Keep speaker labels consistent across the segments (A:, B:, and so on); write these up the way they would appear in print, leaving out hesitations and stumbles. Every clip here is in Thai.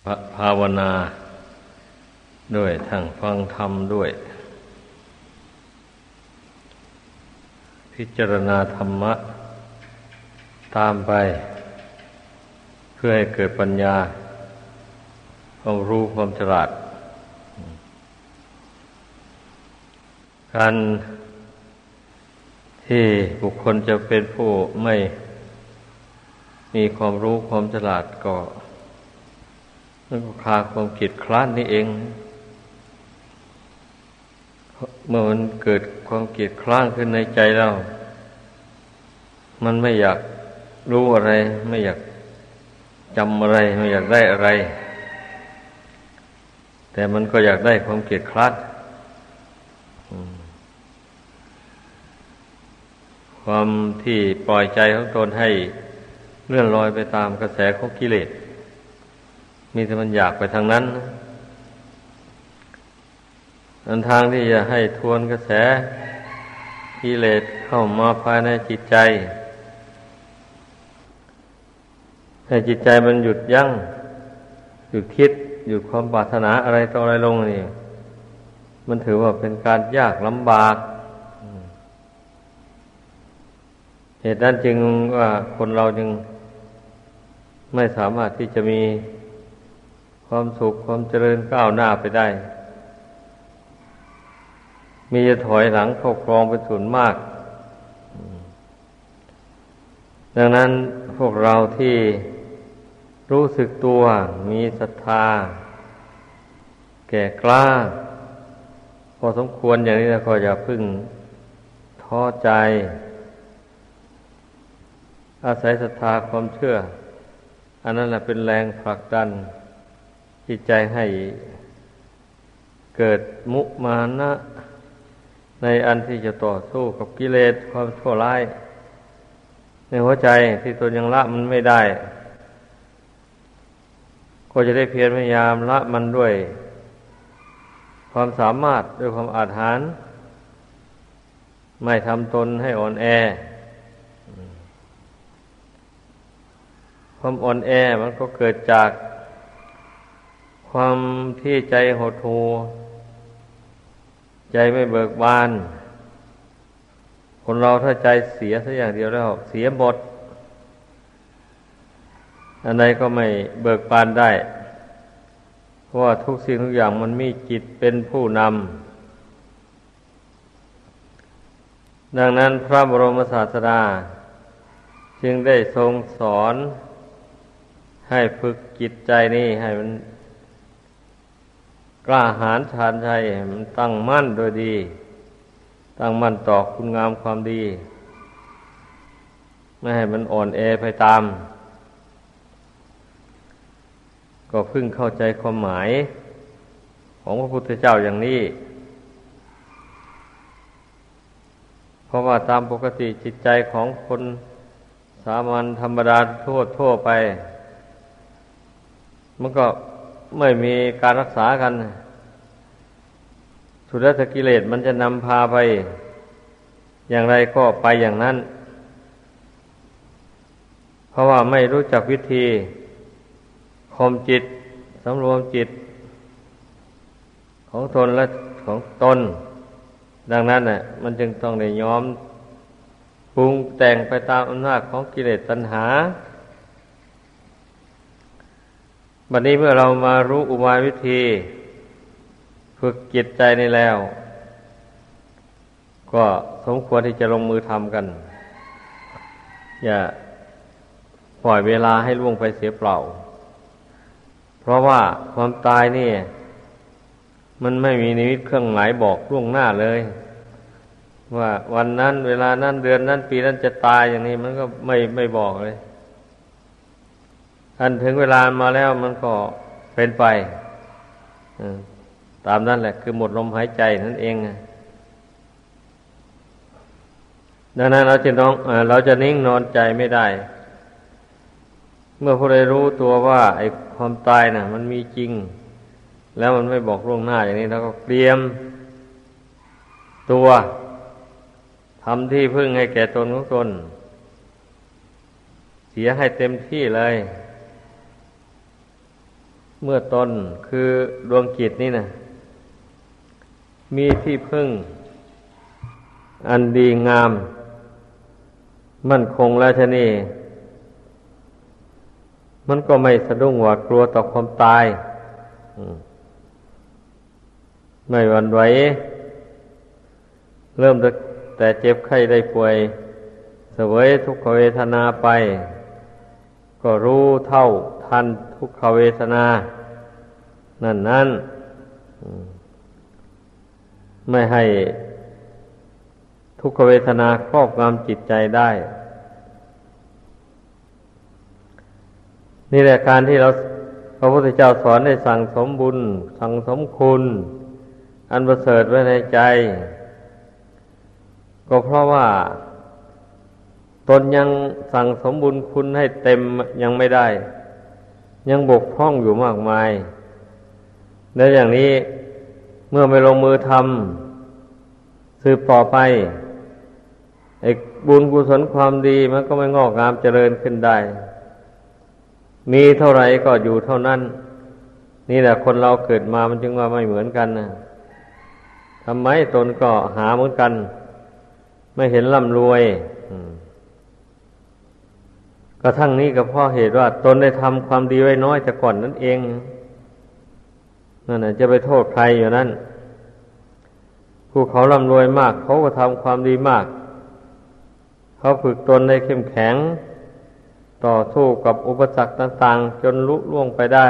A: ภาวนาด้วยทั้งฟังธรรมด้วยพิจารณาธรรมะตามไปเพื่อให้เกิดปัญญาความรู้ความฉลาดการที่บุคคลจะเป็นผู้ไม่มีความรู้ความฉลาดก็นั่นก็คาความเกียจคร้านนี่เองเมื่อมันเกิดความเกียจคร้านขึ้นในใจเรามันไม่อยากรู้อะไรไม่อยากจำอะไรไม่อยากได้อะไรแต่มันก็อยากได้ความเกียจคร้านความที่ปล่อยใจของตนให้เลื่อนลอยไปตามกระแสของกิเลสมีแต่มันอยากไปทางนั้นอันทางที่จะให้ทวนกระแสกิเลสเข้ามาภายในจิตใจให้จิตใจมันหยุดยั้งหยุดคิดหยุดความปรารถนาอะไรต่ออะไรลงนี่มันถือว่าเป็นการยากลำบากเหตุนั้นจึงว่าคนเราจึงไม่สามารถที่จะมีความสุขความเจริญก้าวหน้าไปได้มีจะถอยหลังเข้าครองเป็นส่วนมากดังนั้นพวกเราที่รู้สึกตัวมีศรัทธาแก่กล้าพอสมควรอย่างนี้แล้วก็อย่าพึ่งท้อใจอาศัยศรัทธาความเชื่ออันนั้นแหละเป็นแรงผลักดันจิตใจให้เกิดมุมานะในอันที่จะต่อสู้กับกิเลสความชั่วร้ายในหัวใจที่ตนยังละมันไม่ได้ก็จะได้เพียรพยายามละมันด้วยความสามารถด้วยความอาถรรพ์ไม่ทำตนให้อ่อนแอความอ่อนแอมันก็เกิดจากความที่ใจหดหู่ใจไม่เบิกบานคนเราถ้าใจเสียสักอย่างเดียวแล้วเสียหมดอันใดก็ไม่เบิกบานได้เพราะว่าทุกสิ่งทุกอย่างมันมีจิตเป็นผู้นำดังนั้นพระบรมศาสดาจึงได้ทรงสอนให้ฝึกจิตใจนี้ให้มันกล้าหาญชาญชัยมันตั้งมั่นโดยดีตั้งมั่นต่อคุณงามความดีไม่ให้มันอ่อนแอไปตามก็เพิ่งเข้าใจความหมายของพระพุทธเจ้าอย่างนี้เพราะว่าตามปกติจิตใจของคนสามัญธรรมดาทั่วไปมันก็ไม่มีการรักษากันสุดท้ายกิเลสมันจะนำพาไปอย่างไรก็ไปอย่างนั้นเพราะว่าไม่รู้จักวิธีข่มจิตสำรวมจิตของตนและของตนดังนั้นน่ะมันจึงต้องได้ยอมปรุงแต่งไปตามอำนาจของกิเลสตัณหาบัดนี้เมื่อเรามารู้อุบายวิธีฝึกจิตใจนี้แล้วก็สมควรที่จะลงมือทำกันอย่าปล่อยเวลาให้ล่วงไปเสียเปล่าเพราะว่าความตายนี่มันไม่มีนิมิตเครื่องหมายบอกล่วงหน้าเลยว่าวันนั้นเวลานั้นเดือนนั้นปีนั้นจะตายอย่างนี้มันก็ไม่บอกเลยอันถึงเวลามาแล้วมันก็เป็นไปตามนั้นแหละคือหมดลมหายใจนั่นเองดังนั้นเราจะนิ่งนอนใจไม่ได้เมื่อผู้ใดรู้ตัวว่าไอ้ความตายน่ะมันมีจริงแล้วมันไม่บอกล่วงหน้าอย่างนี้แล้วก็เตรียมตัวทำที่พึ่งให้แก่ตนของตนเสียให้เต็มที่เลยเมื่อตนคือดวงจิตนี่นะมีที่พึ่งอันดีงามมั่นคงแล้วชะนี่มันก็ไม่สะดุ้งหวาดกลัวต่อความตายไม่หวั่นไหวเริ่มแต่เจ็บไข้ได้ป่วยเสวยทุกขเวทนาไปก็รู้เท่าทันทุกขเวทนานั่นไม่ให้ทุกขเวทนาครอบงำจิตใจได้นี่แหละการที่พระพุทธเจ้าสอนให้สั่งสมบุญสั่งสมคุณอันประเสริฐไว้ในใจก็เพราะว่าตนยังสั่งสมบุญคุณให้เต็มยังไม่ได้ยังบกพร่องอยู่มากมายและอย่างนี้เมื่อไม่ลงมือทำสืบต่อไปไอ้บุญกุศลความดีมันก็ไม่งอกงามเจริญขึ้นได้มีเท่าไหร่ก็อยู่เท่านั้นนี่แหละคนเราเกิดมามันจึงว่าไม่เหมือนกันนะทำไมตนก็หาเหมือนกันไม่เห็นร่ำรวยกระทั่งนี้ก็เพราะเหตุว่าตนได้ทำความดีไว้น้อยแต่ก่อนนั่นเองนั่นน่ะจะไปโทษใครอยู่นั่นผู้เขาร่ำรวยมากเขาก็ทำความดีมากเขาฝึกตนได้เข้มแข็งต่อสู้กับอุปสรรคต่างๆจนลุล่วงไปได้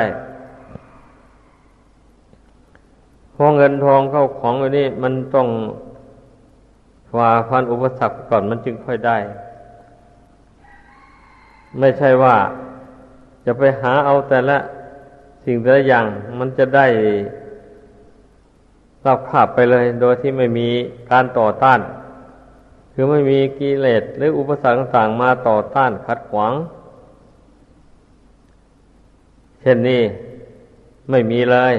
A: เพราะเงินทองเข้าของอันนี้มันต้องฝ่าฟันอุปสรรคก่อนมันจึงค่อยได้ไม่ใช่ว่าจะไปหาเอาแต่ละสิ่งแต่ละอย่างมันจะได้ราบคาบไปเลยโดยที่ไม่มีการต่อต้านคือไม่มีกิเลสหรืออุปสรรคต่างๆมาต่อต้านขัดขวางเช่นนี้ไม่มีเลย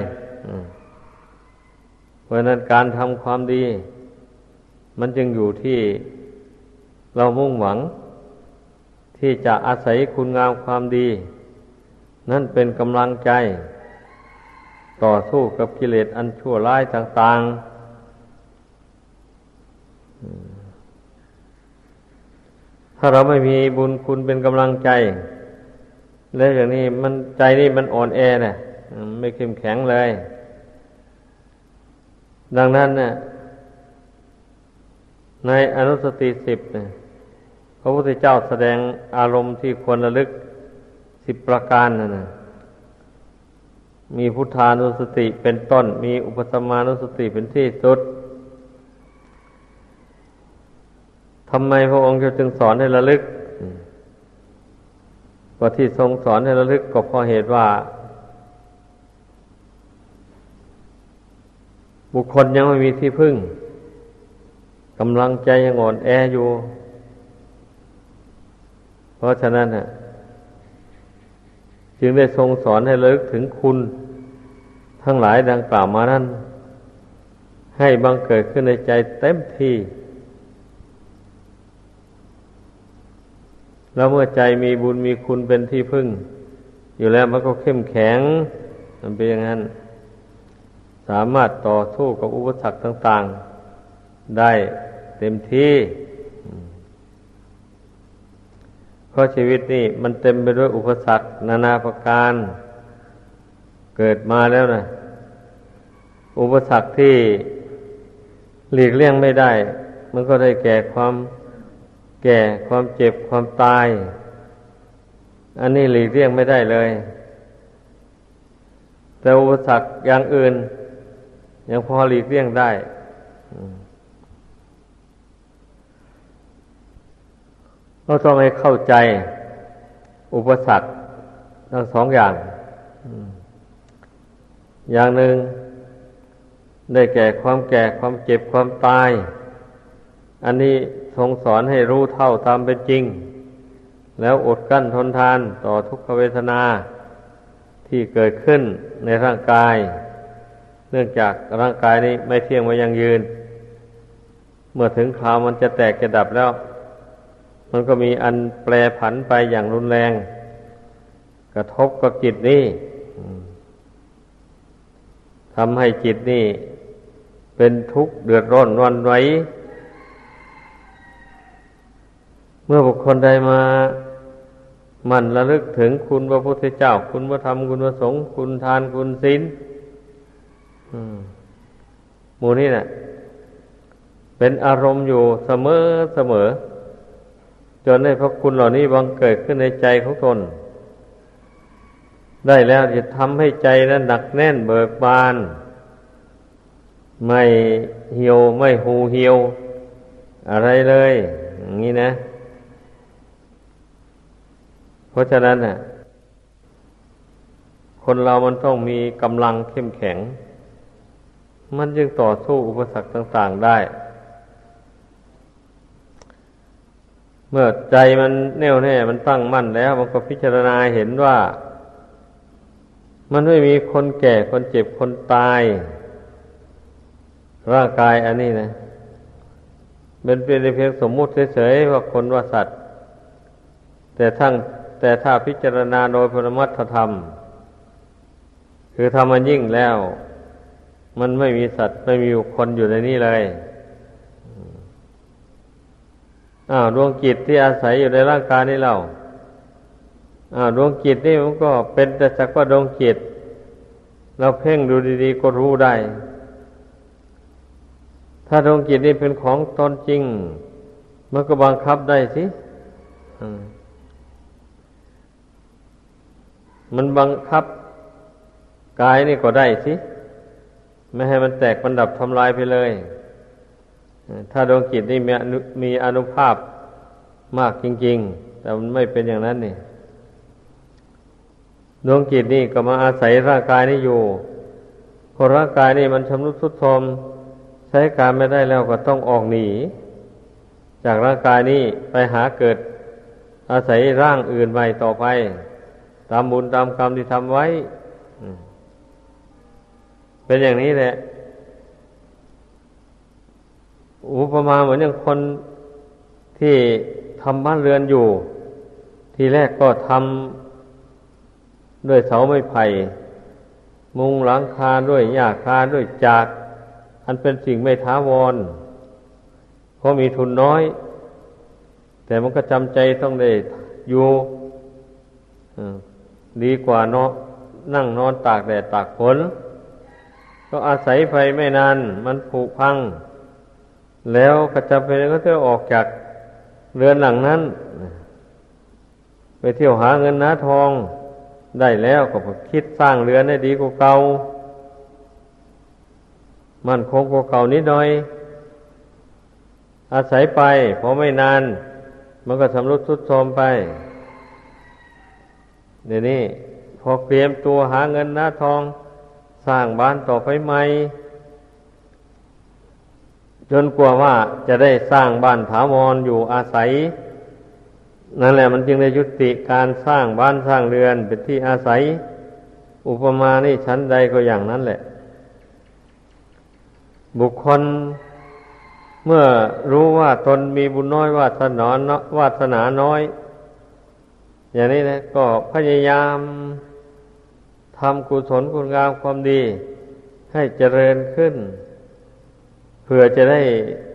A: เพราะนั้นการทำความดีมันจึงอยู่ที่เรามุ่งหวังที่จะอาศัยคุณงามความดีนั่นเป็นกำลังใจต่อสู้กับกิเลสอันชั่วร้ายต่างๆถ้าเราไม่มีบุญคุณเป็นกำลังใจแล้วอย่างนี้มันใจนี่มันอ่อนแอนะไม่เข้มแข็งเลยดังนั้นเนี่ยในอนุสติ10เนี่ยพระพุทธเจ้าแสดงอารมณ์ที่ควรระลึก10ประการนะมีพุทธานุสติเป็นต้นมีอุปสัมมานุสติเป็นที่สุดทำไมพระองค์จึงสอนให้ระลึกว่าที่ทรงสอนให้ระลึกก็เพราะเหตุว่าบุคคลยังไม่มีที่พึ่งกำลังใจยังอ่อนแออยู่เพราะฉะนั้นจึงได้ทรงสอนให้ระลึกถึงคุณทั้งหลายดังกล่าวมานั้นให้บังเกิดขึ้นในใจเต็มที่แล้วเมื่อใจมีบุญมีคุณเป็นที่พึ่งอยู่แล้วมันก็เข้มแข็งมันเป็นอย่างนั้นสามารถต่อสู้กับอุปสรรคต่างๆได้เต็มที่เพราะชีวิตนี่มันเต็มไปด้วยอุปสรรคนานาประการเกิดมาแล้วนะอุปสรรคที่หลีกเลี่ยงไม่ได้มันก็ได้แก่ความแก่ความเจ็บความตายอันนี้หลีกเลี่ยงไม่ได้เลยแต่อุปสรรคอย่างอื่นยังพอหลีกเลี่ยงได้เราต้องให้เข้าใจอุปสรรคทั้งสองอย่างอย่างหนึ่งได้แก่ความแก่ความเจ็บความตายอันนี้ทรงสอนให้รู้เท่าตามเป็นจริงแล้วอดกลั้นทนทานต่อทุกขเวทนาที่เกิดขึ้นในร่างกายเนื่องจากร่างกายนี้ไม่เที่ยงไม่ยั่งยืนเมื่อถึงคราวมันจะแตกจะดับแล้วมันก็มีอันแปรผันไปอย่างรุนแรงกระทบกับจิตนี่ทำให้จิตนี่เป็นทุกข์เดือดร้อนหวั่นไหวเมื่อบุคคลใดมามันระลึกถึงคุณพระพุทธเจ้าคุณพระธรรมคุณพระสงฆ์คุณทานคุณศีลหมู่นี้น่ะเป็นอารมณ์อยู่เสมอเสมอจนให้พระคุณเหล่านี้บังเกิดขึ้นในใจของตนได้แล้วจะทำให้ใจนั้นหนักแน่นเบิกบานไม่เหี่ยวไม่หูเหี่ยวอะไรเลยอย่างนี้นะเพราะฉะนั้นน่ะคนเรามันต้องมีกำลังเข้มแข็งมันจึงต่อสู้อุปสรรคต่างๆได้เมื่อใจมันแน่วแน่มันตั้งมั่นแล้วมันก็พิจารณาเห็นว่ามันไม่มีคนแก่คนเจ็บคนตายร่างกายอันนี้นะเป็นเพียงสมมุติเฉยๆว่าคนว่าสัตว์แต่ถ้าพิจารณาโดยปรมัตถธรรมคือธรรมมันยิ่งแล้วมันไม่มีสัตว์ไม่มีคนอยู่ในนี้เลยดวงจิตที่อาศัยอยู่ในร่างกายนี้เราดวงจิตนี่มันก็เป็นแต่สักว่าดวงจิตเราเพ่งดูดีๆก็รู้ได้ถ้าดวงจิตนี่เป็นของตนจริงมันก็บังคับได้สิมันบังคับกายนี่ก็ได้สิไม่ให้มันแตกมันดับทำลายไปเลยถ้าดวงจิตนี่มีอานุภาพมากจริงๆแต่มันไม่เป็นอย่างนั้นนี่ดวงจิตนี่ก็มาอาศัยร่างกายนี้อยู่พอร่างกายนี่มันชำรุดทรุดโทรมใช้การไม่ได้แล้วก็ต้องออกหนีจากร่างกายนี้ไปหาเกิดอาศัยร่างอื่นใหม่ต่อไปตามบุญตามกรรมที่ทำไว้เป็นอย่างนี้แหละอุปมาเหมือนอย่างคนที่ทำบ้านเรือนอยู่ทีแรกก็ทำด้วยเสาไม้ไผ่มุงหลังคาด้วยหญ้าคาด้วยจากอันเป็นสิ่งไม่ถาวรเพราะมีทุนน้อยแต่มันก็จำใจต้องได้อยู่ดีกว่าเนาะนั่งนอนตากแดดตากฝนก็อาศัยไฟไม่นานมันผุพังแล้วก็จำเป็นก็ต้องออกจากเรือนหลังนั้นไปเที่ยวหาเงินหาทองได้แล้วก็คิดสร้างเรือนให้ดีกว่าเก่ามั่นคงกว่าเก่านิดหน่อยอาศัยไปพอไม่นานมันก็ชำรุดทรุดโทรมไปเดี๋ยวนี้พอเตรียมตัวหาเงินหาทองสร้างบ้านต่อไปใหม่จนกว่าว่าจะได้สร้างบ้านถาวรอยู่อาศัยนั่นแหละมันจึงได้ยุติการสร้างบ้านสร้างเรือนเป็นที่อาศัยอุปมานี่ชั้นใดก็อย่างนั้นแหละบุคคลเมื่อรู้ว่าตนมีบุญน้อยวาสนาน้อยอย่างนี้นะก็พยายามทำกุศลคุณงามความดีให้เจริญขึ้นเพื่อจะได้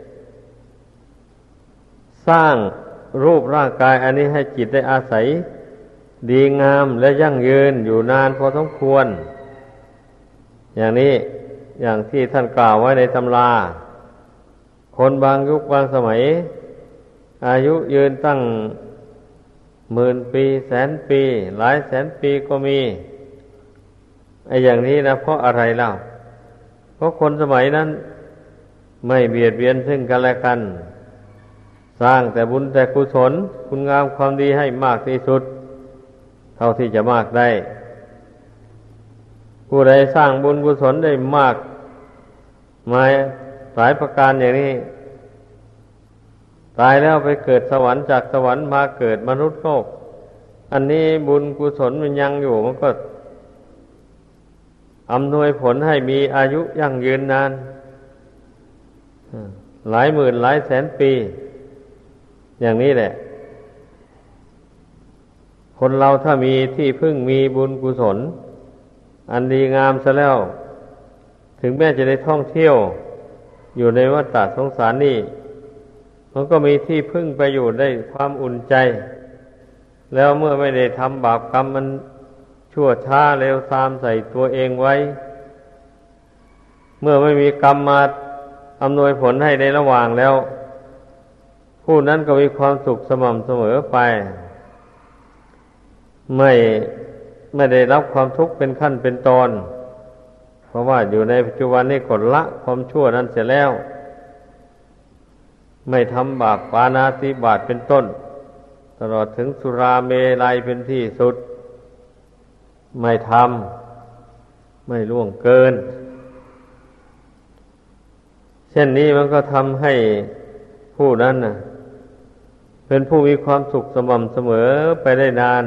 A: สร้างรูปร่างกายอันนี้ให้จิตได้อาศัยดีงามและยั่งยืนอยู่นานพอสมควรอย่างนี้อย่างที่ท่านกล่าวไว้ในตำราคนบางยุคบางสมัยอายุยืนตั้ง10,000 ปีแสนปีหลายแสนปีก็มีไอ้อย่างนี้นะเพราะอะไรเล่าเพราะคนสมัยนั้นไม่เบียดเบียนซึ่งกันและกันสร้างแต่บุญแต่กุศลคุณงามความดีให้มากที่สุดเท่าที่จะมากได้ผู้ใดสร้างบุญกุศลได้มากมาหลายประการอย่างนี้ตายแล้วไปเกิดสวรรค์จากสวรรค์มาเกิดมนุษย์โลกอันนี้บุญกุศลมันยังอยู่มันก็อำนวยผลให้มีอายุยั่งยืนนานหลายหมื่นหลายแสนปีอย่างนี้แหละคนเราถ้ามีที่พึ่งมีบุญกุศลอันดีงามซะแล้วถึงแม้จะได้ท่องเที่ยวอยู่ในวัฏสงสารนี่มันก็มีที่พึ่งไปอยู่ได้ความอุ่นใจแล้วเมื่อไม่ได้ทำบาปกรรมมันชั่วช้าเลวทรามใส่ตัวเองไว้เมื่อไม่มีกรรมมาอำนวยผลให้ในระหว่างแล้วผู้นั้นก็มีความสุขสม่ำเสมอไปไม่ได้รับความทุกข์เป็นขั้นเป็นตอนเพราะว่าอยู่ในปัจจุบันนี้กดละความชั่วนั้นเสร็จแล้วไม่ทำบาปปาณาติบาตเป็นต้นตลอดถึงสุราเมลัยเป็นที่สุดไม่ทำไม่ล่วงเกินเช่นนี้มันก็ทำให้ผู้นั้นน่ะเป็นผู้มีความสุขสม่ำเสมอไปได้นาน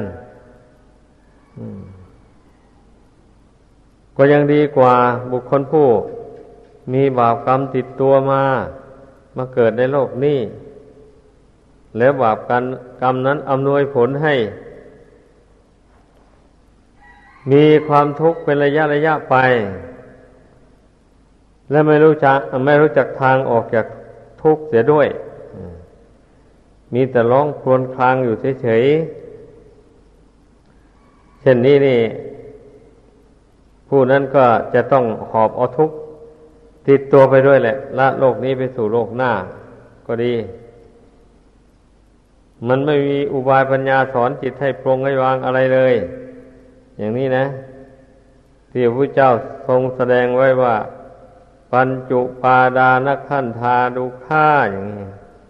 A: ก็ยังดีกว่าบุคคลผู้มีบาปกรรมติดตัวมาเกิดในโลกนี้แล้วบาปกรรมนั้นอำนวยผลให้มีความทุกข์เป็นระยะไปและไม่รู้จักทางออกจากทุกข์เสียด้วยมีแต่ร้องครวญครางอยู่เฉยๆเช่นนี้นี่ผู้นั้นก็จะต้องหอบเอาทุกข์ติดตัวไปด้วยแหละละโลกนี้ไปสู่โลกหน้าก็ดีมันไม่มีอุบายปัญญาสอนจิตให้ปรงให้วางอะไรเลยอย่างนี้นะที่พระพุทธเจ้าทรงแสดงไว้ว่าปัญจุปาดานขันธาดุข่าอย่างนี้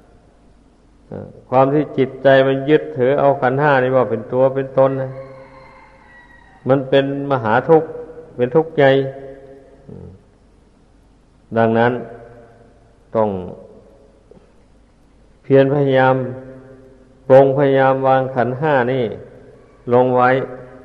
A: ความที่จิตใจมันยึดถือเอาขันธ์ห้านี่ว่าเป็นตัวเป็นตนนะมันเป็นมหาทุกข์เป็นทุกข์ใหญ่ดังนั้นต้องเพียรพยายามปรงพยายามวางขันธ์ห้านี่ลงไว้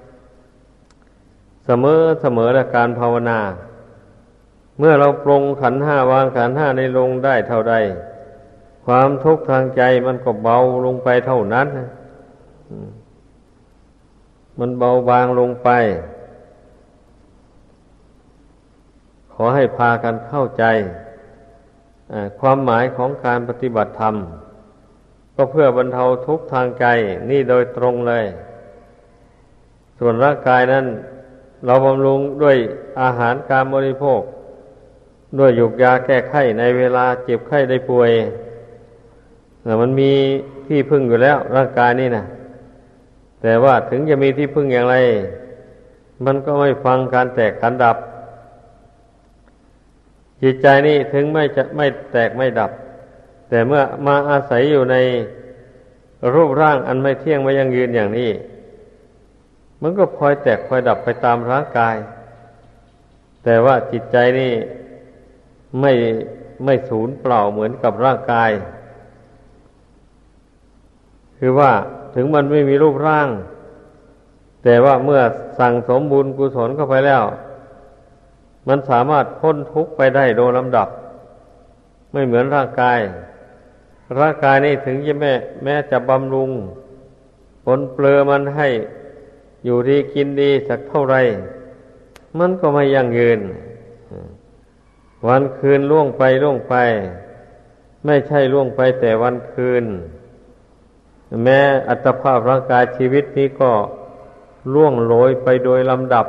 A: เสมอและการภาวนาเมื่อเราปรงขันธ์ห้าวางขันธ์ห้าในลงได้เท่าใดความทุกข์ทางใจมันก็เบาลงไปเท่านั้นมันเบาบางลงไปขอให้พากันเข้าใจความหมายของการปฏิบัติธรรมก็เพื่อบรรเทาทุกข์ทางใจนี่โดยตรงเลยส่วนร่างกายนั้นเราบำรุงด้วยอาหารการบริโภคด้วยหยุกยาแก้ไข้ในเวลาเจ็บไข้ได้ป่วยมันมีที่พึ่งอยู่แล้วร่างกายนี่นะแต่ว่าถึงจะมีที่พึ่งอย่างไรมันก็ไม่ฟังการแตกการดับจิตใจนี่ถึงไม่แตกไม่ดับแต่เมื่อมาอาศัยอยู่ในรูปร่างอันไม่เที่ยงไม่ยั่งยืนอย่างนี้มันก็พลอยแตกพลอยดับไปตามร่างกายแต่ว่าจิตใจนี่ไม่สูญเปล่าเหมือนกับร่างกายคือว่าถึงมันไม่มีรูปร่างแต่ว่าเมื่อสั่งสมบุญกุศลเข้าไปแล้วมันสามารถพ้นทุกข์ไปได้โดยลำดับไม่เหมือนร่างกายนี่ถึงจะแม้จะบำรุงผลเปลือมันให้อยู่ดีกินดีสักเท่าไรมันก็ไม่ยั่งยืนวันคืนล่วงไปไม่ใช่ล่วงไปแต่วันคืนแม้อัตภาพร่างกายชีวิตนี้ก็ล่วงโรยไปโดยลำดับ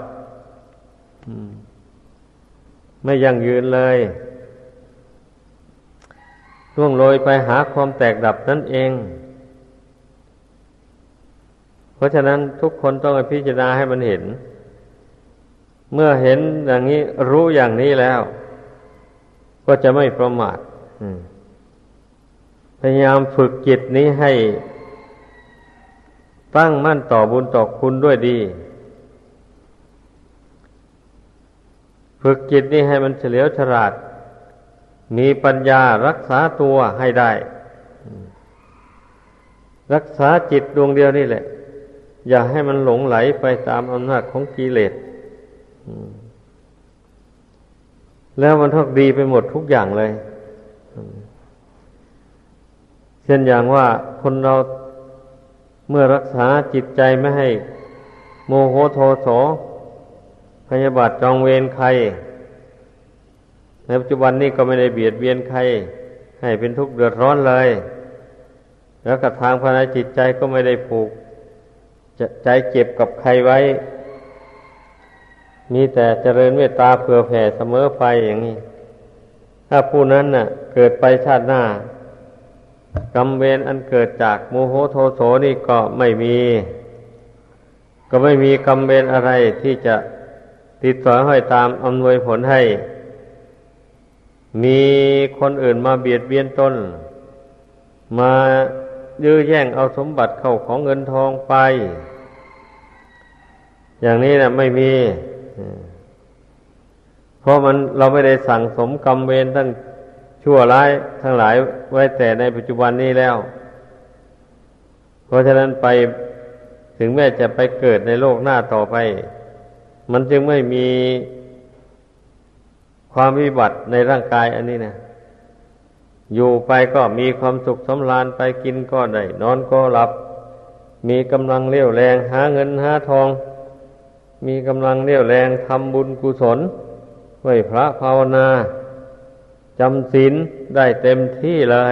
A: ไม่ยั่งยืนเลยล่วงโรยไปหาความแตกดับนั่นเองเพราะฉะนั้นทุกคนต้องพิจารณาให้มันเห็นเมื่อเห็นอย่างนี้รู้อย่างนี้แล้วก็จะไม่ประมาทพยายามฝึกจิตนี้ให้ตั้งมั่นต่อบุญต่อคุณด้วยดีฝึกจิตนี้ให้มันเฉลียวฉลาดมีปัญญารักษาตัวให้ได้รักษาจิตดวงเดียวนี่แหละอย่าให้มันหลงไหลไปตามอำนาจของกิเลสแล้วมันทุกดีไปหมดทุกอย่างเลยเช่นอย่างว่าคนเราเมื่อรักษาจิตใจไม่ให้โมโหโทโสพยาบาทจองเวรใครในปัจจุบันนี้ก็ไม่ได้เบียดเบียนใครให้เป็นทุกข์เดือดร้อนเลยแล้วกับทางภายในจิตใจก็ไม่ได้ผูกใจเจ็บกับใครไว้มีแต่เจริญเมตตาเผื่อแผ่เสมอไปอย่างนี้ถ้าผู้นั้นน่ะเกิดไปชาติหน้ากรรมเวรอันเกิดจากโมโหโทโสนี่ก็ไม่มีกรรมเวรอะไรที่จะติดต่อให้ตามอำนวยผลให้มีคนอื่นมาเบียดเบียนตนมายื้อแย่งเอาสมบัติเข้าของเงินทองไปอย่างนี้นะไม่มีเพราะเราไม่ได้สั่งสมกรรมเวรทั้งชั่วร้ายทั้งหลายไว้แต่ในปัจจุบันนี้แล้วเพราะฉะนั้นไปถึงแม้จะไปเกิดในโลกหน้าต่อไปมันจึงไม่มีความวิบัติในร่างกายอันนี้นะอยู่ไปก็มีความสุขสำราญไปกินก็ได้นอนก็หลับมีกำลังเรี่ยวแรงหาเงินหาทองมีกำลังเรี่ยวแรงทำบุญกุศลไหว้พระภาวนาจำศีลได้เต็มที่เลย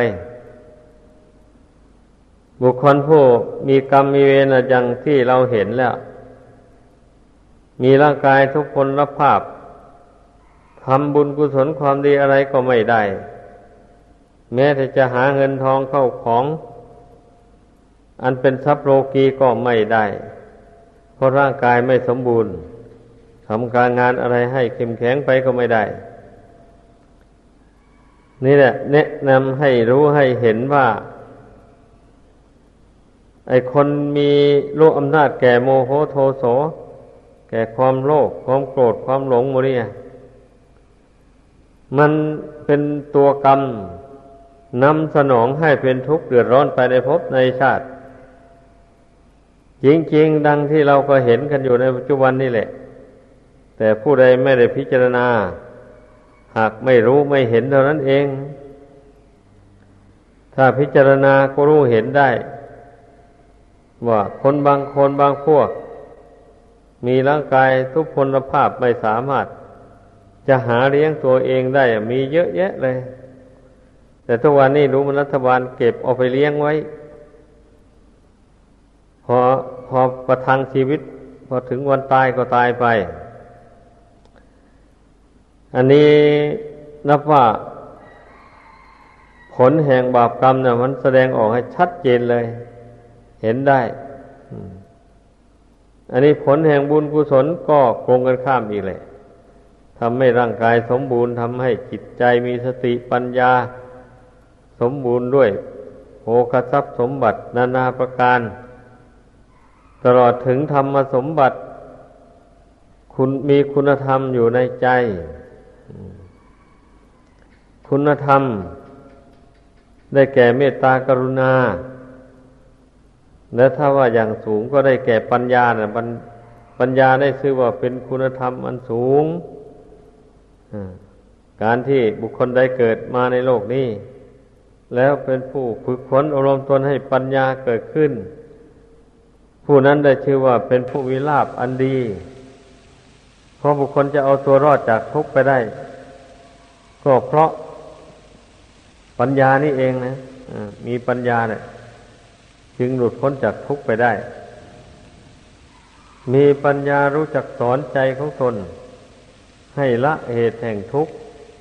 A: บุคคลผู้มีกรรมมีเวรอย่างที่เราเห็นแล้วมีร่างกายทุกพลภาพทำบุญกุศลความดีอะไรก็ไม่ได้แม้แต่จะหาเงินทองเข้าของอันเป็นทรัพย์โลกีก็ไม่ได้เพราะร่างกายไม่สมบูรณ์ทำการงานอะไรให้เข้มแข็งไปก็ไม่ได้นี่แหละแนะนำให้รู้ให้เห็นว่าไอ้คนมีรู้อำนาจแก่โมโหโทโสแก่ความโลภความโกรธความหลงโมเนี่ยมันเป็นตัวกรรมนำสนองให้เป็นทุกข์เดือดร้อนไปในภพในชาติจริงๆดังที่เราก็เห็นกันอยู่ในปัจจุบันนี่แหละแต่ผู้ใดไม่ได้พิจารณาหากไม่รู้ไม่เห็นเท่านั้นเองถ้าพิจารณาก็รู้เห็นได้ว่าคนบางคนบางพวกมีร่างกายทุพพลภาพไม่สามารถจะหาเลี้ยงตัวเองได้มีเยอะแยะเลยแต่ทุกวันนี้รู้มันรัฐบาลเก็บเอาไปเลี้ยงไว้พอประทังชีวิตพอถึงวันตายก็ตายไปอันนี้นับว่าผลแห่งบาปกรรมเนี่ยมันแสดงออกให้ชัดเจนเลยเห็นได้อันนี้ผลแห่งบุญกุศลก็ตรงกันข้ามอีกแหละทำให้ร่างกายสมบูรณ์ทำให้จิตใจมีสติปัญญาสมบูรณ์ด้วยโภคทรัพย์สมบัตินานาประการตลอดถึงธรรมสมบัติมีคุณธรรมอยู่ในใจคุณธรรมได้แก่เมตตากรุณาและถ้าว่าอย่างสูงก็ได้แก่ปัญญานะปัญญาได้ชื่อว่าเป็นคุณธรรมอันสูงการที่บุคคลได้เกิดมาในโลกนี้แล้วเป็นผู้ฝึกฝนอบรมตนให้ปัญญาเกิดขึ้นผู้นั้นได้ชื่อว่าเป็นผู้มีลาภอันดีเพราะบุคคลจะเอาตัวรอดจากทุกข์ไปได้ก็เพราะปัญญานี่เองนะมีปัญญาเนี่ยจึงหลุดพ้นจากทุกข์ไปได้มีปัญญารู้จักสอนใจของตนให้ละเหตุแห่งทุกข์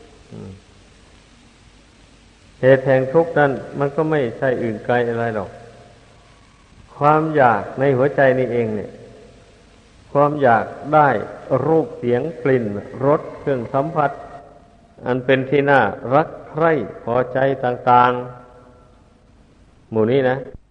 A: เหตุแห่งทุกข์นั้นมันก็ไม่ใช่อื่นไกลอะไรหรอกความอยากในหัวใจนี่เองเนี่ยความอยากได้รูปเสียงกลิ่นรสเครื่องสัมผัสอันเป็นที่น่ารักใคร่พอใจต่างๆหมู่นี้นะ